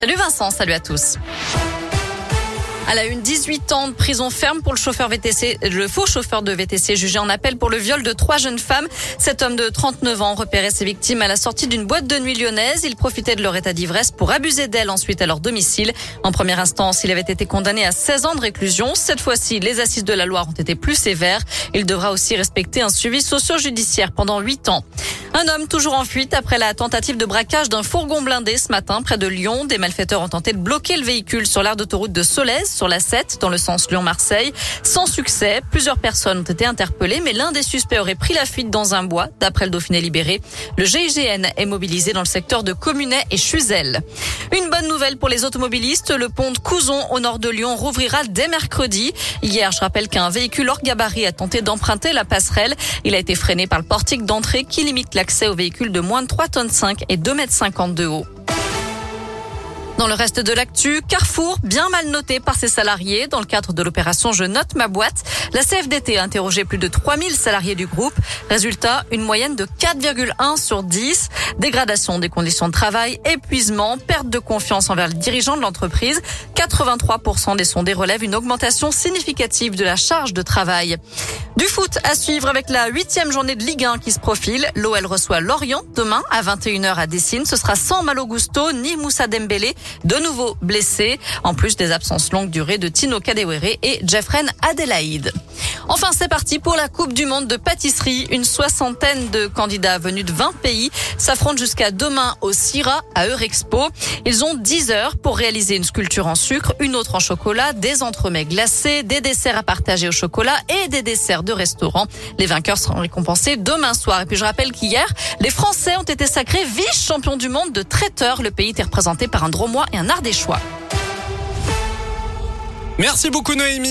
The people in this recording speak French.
Salut Vincent, salut à tous. À la une, 18 ans de prison ferme pour le faux chauffeur de VTC jugé en appel pour le viol de 3 jeunes femmes. Cet homme de 39 ans repérait ses victimes à la sortie d'une boîte de nuit lyonnaise. Il profitait de leur état d'ivresse pour abuser d'elles ensuite à leur domicile. En première instance, il avait été condamné à 16 ans de réclusion. Cette fois-ci, les assises de la Loire ont été plus sévères. Il devra aussi respecter un suivi socio-judiciaire pendant 8 ans. Un homme toujours en fuite après la tentative de braquage d'un fourgon blindé ce matin près de Lyon. Des malfaiteurs ont tenté de bloquer le véhicule sur l'aire d'autoroute de Solèze, sur la 7, dans le sens Lyon-Marseille. Sans succès, plusieurs personnes ont été interpellées, mais l'un des suspects aurait pris la fuite dans un bois, d'après le Dauphiné libéré. Le GIGN est mobilisé dans le secteur de Communet et Chuzel. Une bonne nouvelle pour les automobilistes, le pont de Couzon au nord de Lyon rouvrira dès mercredi. Hier, je rappelle qu'un véhicule hors gabarit a tenté d'emprunter la passerelle. Il a été freiné par le portique d'entrée qui limite l'accès aux véhicules de moins de 3,5 tonnes et 2,50 m de haut. Dans le reste de l'actu, Carrefour, bien mal noté par ses salariés. Dans le cadre de l'opération Je note ma boîte, la CFDT a interrogé plus de 3000 salariés du groupe. Résultat, une moyenne de 4,1 sur 10. Dégradation des conditions de travail, épuisement, perte de confiance envers le dirigeant de l'entreprise. 83% des sondés relèvent une augmentation significative de la charge de travail. Du foot à suivre avec la 8e journée de Ligue 1 qui se profile. L'OL reçoit Lorient demain à 21h à Dessine. Ce sera sans Malo Gusto ni Moussa Dembélé, de nouveau blessés, en plus des absences longue durée de Tino Kadewere et Jeffrey Adélaïde. Enfin, c'est parti pour la Coupe du Monde de pâtisserie. Une soixantaine de candidats venus de 20 pays s'affrontent jusqu'à demain au CIRA à Eurexpo. Ils ont 10 heures pour réaliser une sculpture en sucre, une autre en chocolat, des entremets glacés, des desserts à partager au chocolat et des desserts de restaurant. Les vainqueurs seront récompensés demain soir. Et puis je rappelle qu'hier, les Français ont été sacrés vice-champions du monde de traiteur. Le pays était représenté par un Dromois et un Ardéchois. Merci beaucoup Noémie.